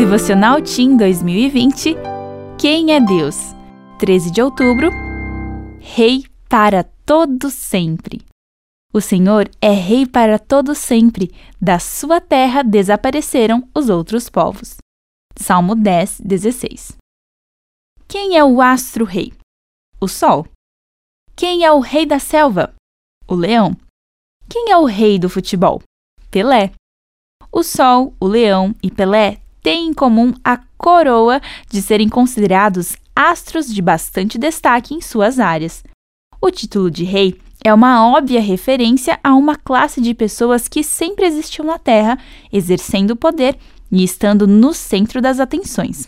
Devocional Team 2020. Quem é Deus? 13 de outubro. Rei para todo sempre. O Senhor é rei para todo sempre. Da sua terra desapareceram os outros povos. Salmo 10, 16. Quem é o astro-rei? O sol. Quem é o rei da selva? O leão. Quem é o rei do futebol? Pelé. O sol, o leão e Pelé têm em comum a coroa de serem considerados astros de bastante destaque em suas áreas. O título de rei é uma óbvia referência a uma classe de pessoas que sempre existiu na Terra, exercendo poder e estando no centro das atenções.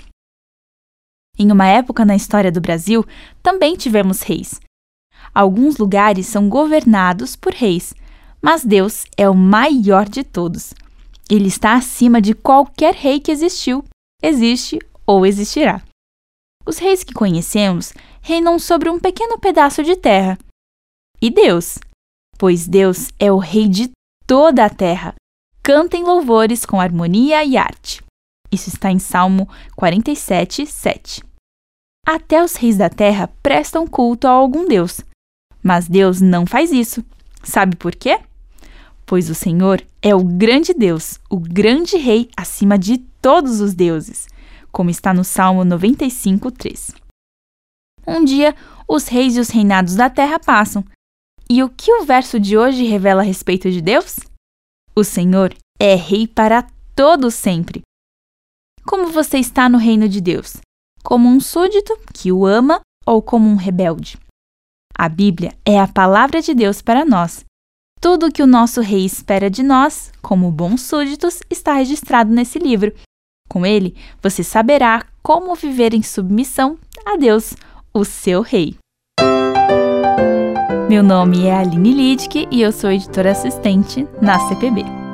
Em uma época na história do Brasil, também tivemos reis. Alguns lugares são governados por reis, mas Deus é o maior de todos. Ele está acima de qualquer rei que existiu, existe ou existirá. Os reis que conhecemos reinam sobre um pequeno pedaço de terra. E Deus? Pois Deus é o rei de toda a terra. Cantem louvores com harmonia e arte. Isso está em Salmo 47, 7. Até os reis da terra prestam culto a algum Deus. Mas Deus não faz isso. Sabe por quê? Pois o Senhor é o grande Deus, o grande rei acima de todos os deuses, como está no Salmo 95, 3. Um dia, os reis e os reinados da terra passam. E o que o verso de hoje revela a respeito de Deus? O Senhor é rei para todo sempre. Como você está no reino de Deus? Como um súdito que o ama ou como um rebelde? A Bíblia é a palavra de Deus para nós. Tudo o que o nosso rei espera de nós, como bons súditos, está registrado nesse livro. Com ele, você saberá como viver em submissão a Deus, o seu rei. Meu nome é Aline Lidke e eu sou editora assistente na CPB.